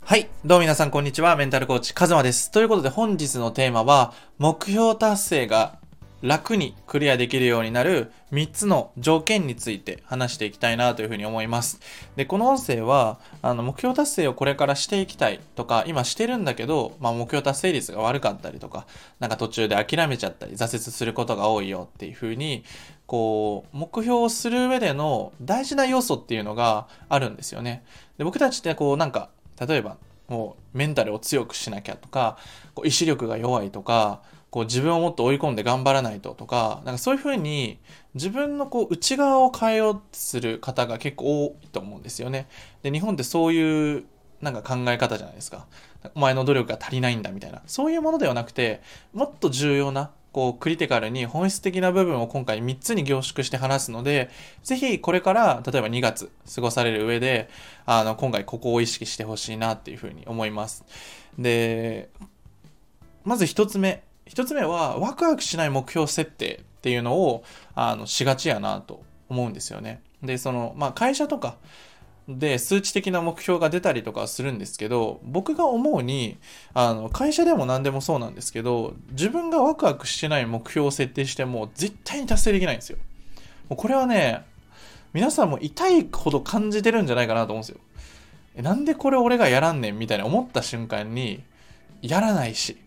はい。どうも皆さん、こんにちは。メンタルコーチ、カズマです。ということで、本日のテーマは、目標達成が楽にクリアできるようになる3つの条件について話していきたいなというふうに思います。で、この音声は、目標達成をこれからしていきたいとか、今してるんだけど、目標達成率が悪かったりとか、なんか途中で諦めちゃったり、挫折することが多いよっていうふうに、目標をする上での大事な要素っていうのがあるんですよね。で、僕たちって例えば、もうメンタルを強くしなきゃとか、意志力が弱いとか、自分をもっと追い込んで頑張らないととか、なんかそういうふうに自分の内側を変えようとする方が結構多いと思うんですよね。で、日本ってそういうなんか考え方じゃないですか。お前の努力が足りないんだみたいな。そういうものではなくて、もっと重要なクリティカルに本質的な部分を今回3つに凝縮して話すので、ぜひこれから例えば2月過ごされる上で、今回ここを意識してほしいなっていうふうに思います。で、まず1つ目。1つ目はワクワクしない目標設定っていうのをしがちやなと思うんですよね。で、会社とかで数値的な目標が出たりとかするんですけど、僕が思うに会社でも何でもそうなんですけど、自分がワクワクしてない目標を設定しても絶対に達成できないんですよ。もうこれはね、皆さんも痛いほど感じてるんじゃないかなと思うんですよ。なんでこれ俺がやらんねんみたいな思った瞬間にやらないし、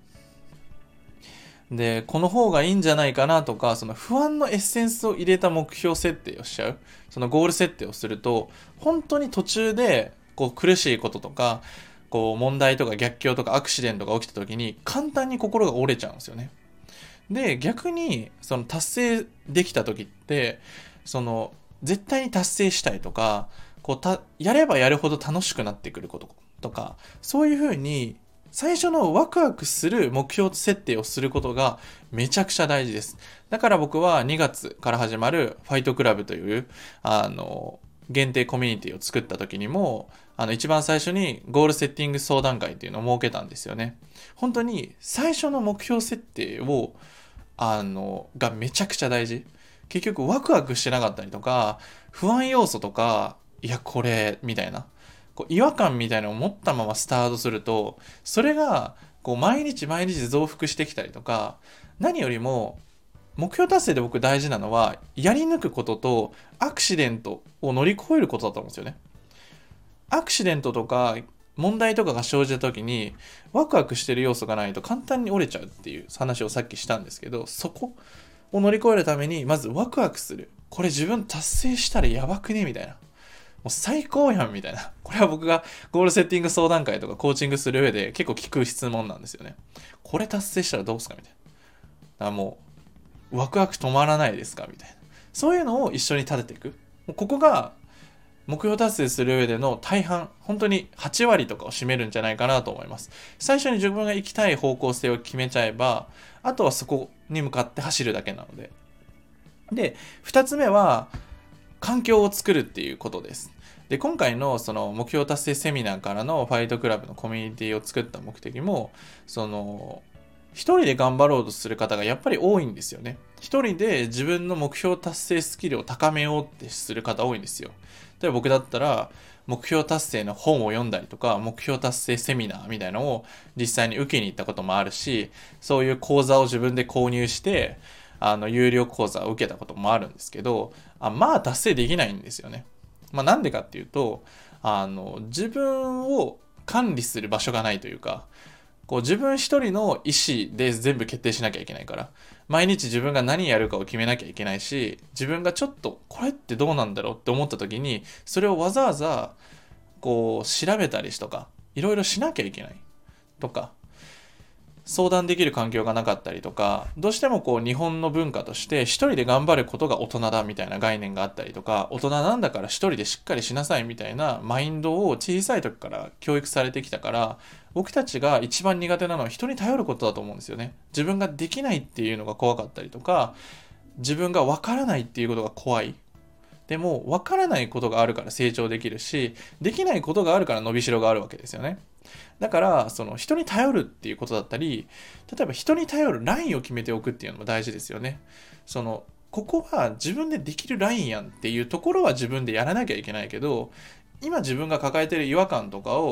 でこの方がいいんじゃないかなとか、その不安のエッセンスを入れた目標設定をしちゃう、そのゴール設定をすると、本当に途中で苦しいこととか問題とか逆境とかアクシデントが起きた時に簡単に心が折れちゃうんですよね。で、逆にその達成できた時って、その絶対に達成したいとか、やればやるほど楽しくなってくることとか、そういう風に最初のワクワクする目標設定をすることがめちゃくちゃ大事です。だから僕は2月から始まるファイトクラブという限定コミュニティを作った時にも、一番最初にゴールセッティング相談会っていうのを設けたんですよね。本当に最初の目標設定をがめちゃくちゃ大事。結局ワクワクしてなかったりとか、不安要素とか、いやこれみたいな違和感みたいなのを持ったままスタートすると、それが毎日毎日増幅してきたりとか、何よりも目標達成で僕大事なのはやり抜くこととアクシデントを乗り越えることだと思うんですよね。アクシデントとか問題とかが生じた時にワクワクしてる要素がないと簡単に折れちゃうっていう話をさっきしたんですけど、そこを乗り越えるためにまずワクワクする。これ自分達成したらやばくねみたいな。もう最高やんみたいな。これは僕がゴールセッティング相談会とかコーチングする上で結構聞く質問なんですよね。これ達成したらどうすかみたいな。だからもうワクワク止まらないですかみたいな。そういうのを一緒に立てていく。ここが目標達成する上での大半、本当に8割とかを占めるんじゃないかなと思います。最初に自分が行きたい方向性を決めちゃえば、あとはそこに向かって走るだけなので。で、2つ目は、環境を作るっていうことです。で、今回のその目標達成セミナーからのファイトクラブのコミュニティを作った目的も、一人で頑張ろうとする方がやっぱり多いんですよね。一人で自分の目標達成スキルを高めようってする方多いんですよ。例えば僕だったら、目標達成の本を読んだりとか、目標達成セミナーみたいなのを実際に受けに行ったこともあるし、そういう講座を自分で購入して、有料講座を受けたこともあるんですけど、達成できないんですよね。なんでかっていうと、自分を管理する場所がないというか、自分一人の意思で全部決定しなきゃいけないから、毎日自分が何やるかを決めなきゃいけないし、自分がちょっとこれってどうなんだろうって思った時に、それをわざわざ調べたりとか、いろいろしなきゃいけないとか、相談できる環境がなかったりとか、どうしても日本の文化として一人で頑張ることが大人だみたいな概念があったりとか、大人なんだから一人でしっかりしなさいみたいなマインドを小さい時から教育されてきたから、僕たちが一番苦手なのは人に頼ることだと思うんですよね。自分ができないっていうのが怖かったりとか、自分がわからないっていうことが怖い。でも分からないことがあるから成長できるし、できないことがあるから伸びしろがあるわけですよね。だから人に頼るっていうことだったり、例えば人に頼るラインを決めておくっていうのも大事ですよね。ここは自分でできるラインやんっていうところは自分でやらなきゃいけないけど、今自分が抱えている違和感とかを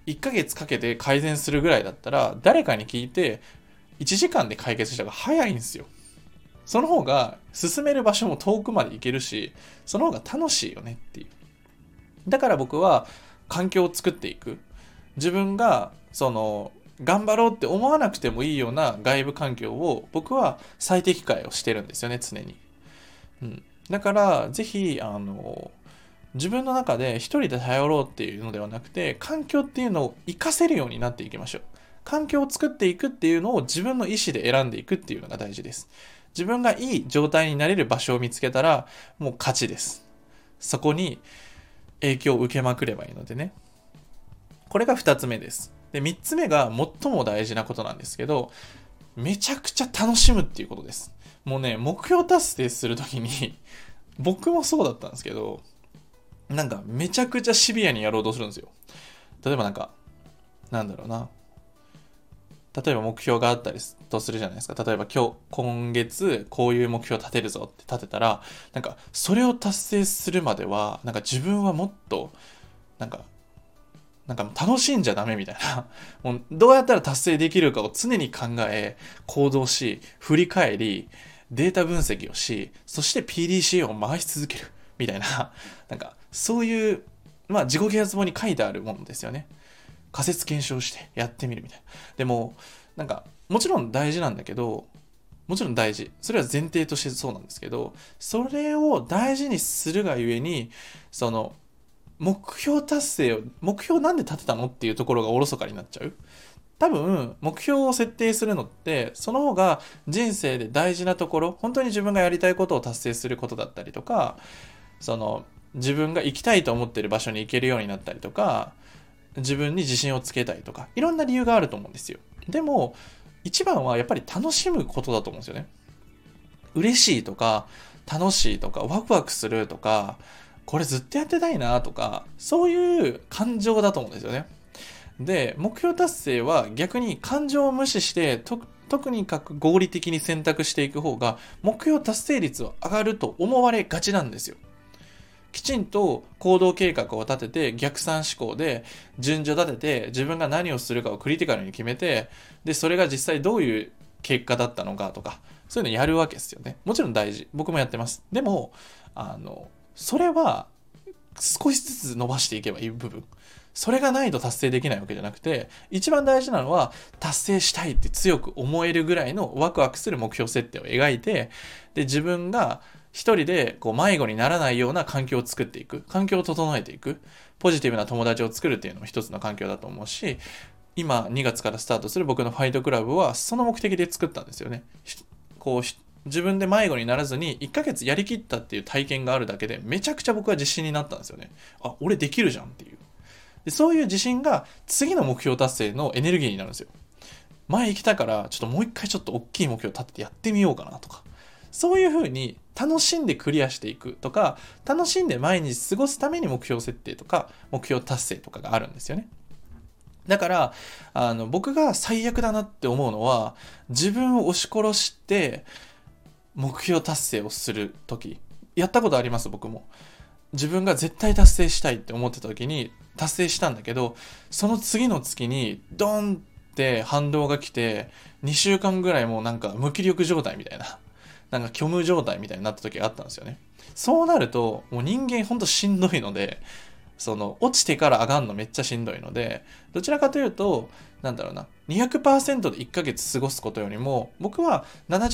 1ヶ月かけて改善するぐらいだったら、誰かに聞いて1時間で解決した方が早いんですよ。その方が進める場所も遠くまで行けるし、その方が楽しいよねっていう。だから僕は環境を作っていく。自分が頑張ろうって思わなくてもいいような外部環境を僕は最適化をしてるんですよね、常に。だからぜひ自分の中で一人で頼ろうっていうのではなくて、環境っていうのを活かせるようになっていきましょう。環境を作っていくっていうのを自分の意思で選んでいくっていうのが大事です。自分がいい状態になれる場所を見つけたらもう勝ちです。そこに影響を受けまくればいいのでね。これが2つ目です。で、3つ目が最も大事なことなんですけど、めちゃくちゃ楽しむっていうことです。もうね、目標達成するときに僕もそうだったんですけど、なんかめちゃくちゃシビアにやろうとするんですよ。例えばなんだろうな。例えば目標があったりとするじゃないですか。例えば今月こういう目標を立てるぞって立てたら、なんかそれを達成するまでは、なんか自分はもっと、なんか楽しんじゃダメみたいな。もうどうやったら達成できるかを常に考え、行動し、振り返り、データ分析をし、そして PDCA を回し続けるみたいな、なんかそういう、自己啓発本に書いてあるものですよね。仮説検証してやってみるみたいな。でも、もちろん大事なんだけど、もちろん大事。それは前提としてそうなんですけど、それを大事にするがゆえに、目標なんで立てたのっていうところがおろそかになっちゃう。多分、目標を設定するのって、その方が人生で大事なところ、本当に自分がやりたいことを達成することだったりとか、自分が行きたいと思っている場所に行けるようになったりとか、自分に自信をつけたいとか、いろんな理由があると思うんですよ。でも、一番はやっぱり楽しむことだと思うんですよね。嬉しいとか、楽しいとか、ワクワクするとか、これずっとやってたいなとか、そういう感情だと思うんですよね。で、目標達成は逆に感情を無視して、特にかく合理的に選択していく方が、目標達成率は上がると思われがちなんですよ。きちんと行動計画を立てて逆算思考で順序立てて自分が何をするかをクリティカルに決めて、でそれが実際どういう結果だったのかとか、そういうのやるわけですよね。もちろん大事、僕もやってます。でもそれは少しずつ伸ばしていけばいい部分、それがないと達成できないわけじゃなくて、一番大事なのは達成したいって強く思えるぐらいのワクワクする目標設定を描いて、で自分が一人で迷子にならないような環境を作っていく。環境を整えていく。ポジティブな友達を作るっていうのも一つの環境だと思うし、今2月からスタートする僕のファイトクラブはその目的で作ったんですよね。自分で迷子にならずに1ヶ月やりきったっていう体験があるだけでめちゃくちゃ僕は自信になったんですよね。あ、俺できるじゃんっていう。でそういう自信が次の目標達成のエネルギーになるんですよ。前行きたからちょっともう一回ちょっと大きい目標立ててやってみようかなとか。そういう風に楽しんでクリアしていくとか、楽しんで毎日過ごすために目標設定とか、目標達成とかがあるんですよね。だから、僕が最悪だなって思うのは、自分を押し殺して目標達成をするとき。やったことあります、僕も。自分が絶対達成したいって思ってたときに、達成したんだけど、その次の月にドーンって反動が来て、2週間ぐらいもう無気力状態みたいな。虚無状態みたいになった時があったんですよね。そうなると、もう人間ほんとしんどいので、落ちてから上がるのめっちゃしんどいので、どちらかというと、200% で1ヶ月過ごすことよりも、僕は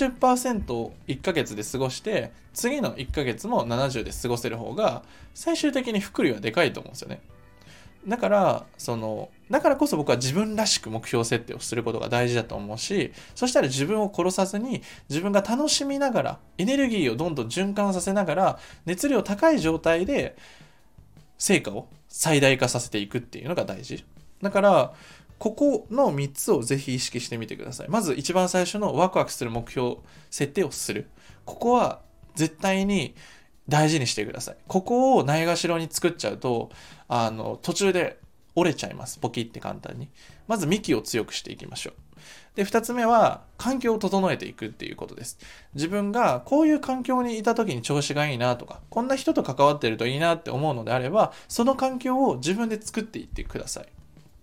70% を1ヶ月で過ごして、次の1ヶ月も70で過ごせる方が、最終的に複利はでかいと思うんですよね。だからこそ僕は自分らしく目標設定をすることが大事だと思うし、そしたら自分を殺さずに自分が楽しみながら、エネルギーをどんどん循環させながら、熱量高い状態で成果を最大化させていくっていうのが大事。だから、ここの3つをぜひ意識してみてください。まず一番最初のワクワクする目標設定をする。ここは絶対に大事にしてください。ここをないがしろに作っちゃうと、途中で折れちゃいます。ポキって簡単に。まず幹を強くしていきましょう。で、2つ目は環境を整えていくっていうことです。自分がこういう環境にいた時に調子がいいなとか、こんな人と関わってるといいなって思うのであれば、その環境を自分で作っていってください。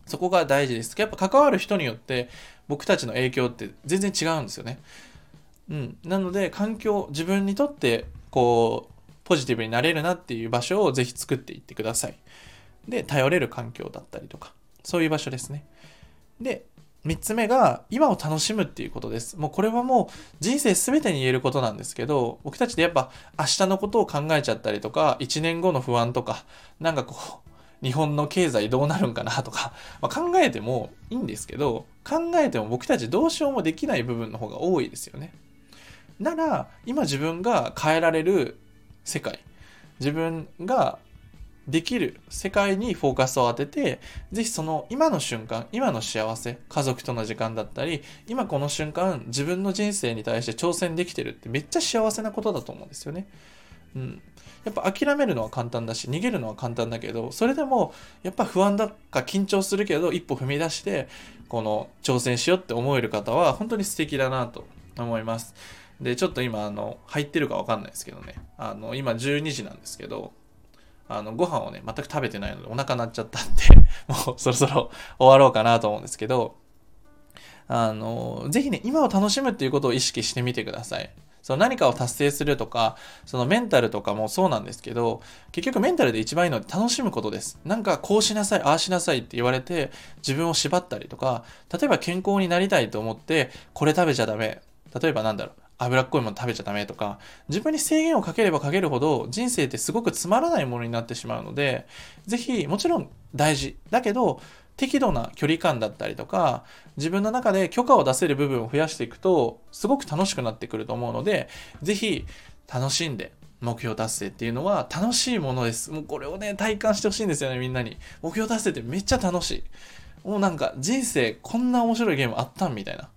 そこが大事です。やっぱ関わる人によって僕たちの影響って全然違うんですよね。なので環境、自分にとってこうポジティブになれるなっていう場所をぜひ作っていってください。で、頼れる環境だったりとか、そういう場所ですね。で、3つ目が今を楽しむっていうことです。もうこれはもう人生全てに言えることなんですけど、僕たちでやっぱ明日のことを考えちゃったりとか、1年後の不安とか、なんかこう、日本の経済どうなるんかなとか、考えてもいいんですけど、考えても僕たちどうしようもできない部分の方が多いですよね。なら、今自分が変えられる世界、自分ができる世界にフォーカスを当てて、ぜひその今の瞬間、今の幸せ、家族との時間だったり、今この瞬間、自分の人生に対して挑戦できてるってめっちゃ幸せなことだと思うんですよね。やっぱ諦めるのは簡単だし、逃げるのは簡単だけど、それでもやっぱ不安だか緊張するけど、一歩踏み出して、この挑戦しようって思える方は本当に素敵だなと思います。で、ちょっと今、入ってるかわかんないですけどね。今12時なんですけど、ご飯をね、全く食べてないのでお腹鳴っちゃったんでもうそろそろ終わろうかなと思うんですけど、ぜひね、今を楽しむっていうことを意識してみてください。その何かを達成するとか、そのメンタルとかもそうなんですけど、結局メンタルで一番いいのは楽しむことです。なんかこうしなさい、ああしなさいって言われて自分を縛ったりとか、例えば健康になりたいと思って、これ食べちゃダメ。例えばなんだろう。脂っこいもの食べちゃダメとか、自分に制限をかければかけるほど人生ってすごくつまらないものになってしまうので、ぜひ、もちろん大事。だけど、適度な距離感だったりとか、自分の中で許可を出せる部分を増やしていくと、すごく楽しくなってくると思うので、ぜひ、楽しんで、目標達成っていうのは楽しいものです。もうこれをね、体感してほしいんですよね、みんなに。目標達成ってめっちゃ楽しい。もうなんか人生こんな面白いゲームあったんみたいな。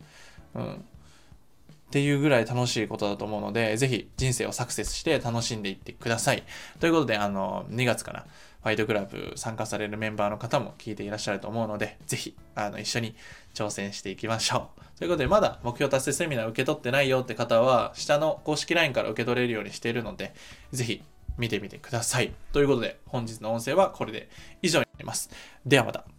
っていうぐらい楽しいことだと思うので、ぜひ人生をサクセスして楽しんでいってください。ということで、2月からファイトクラブ参加されるメンバーの方も聞いていらっしゃると思うので、ぜひ、一緒に挑戦していきましょう。ということで、まだ目標達成セミナー受け取ってないよって方は、下の公式 LINE から受け取れるようにしているので、ぜひ見てみてください。ということで、本日の音声はこれで以上になります。ではまた。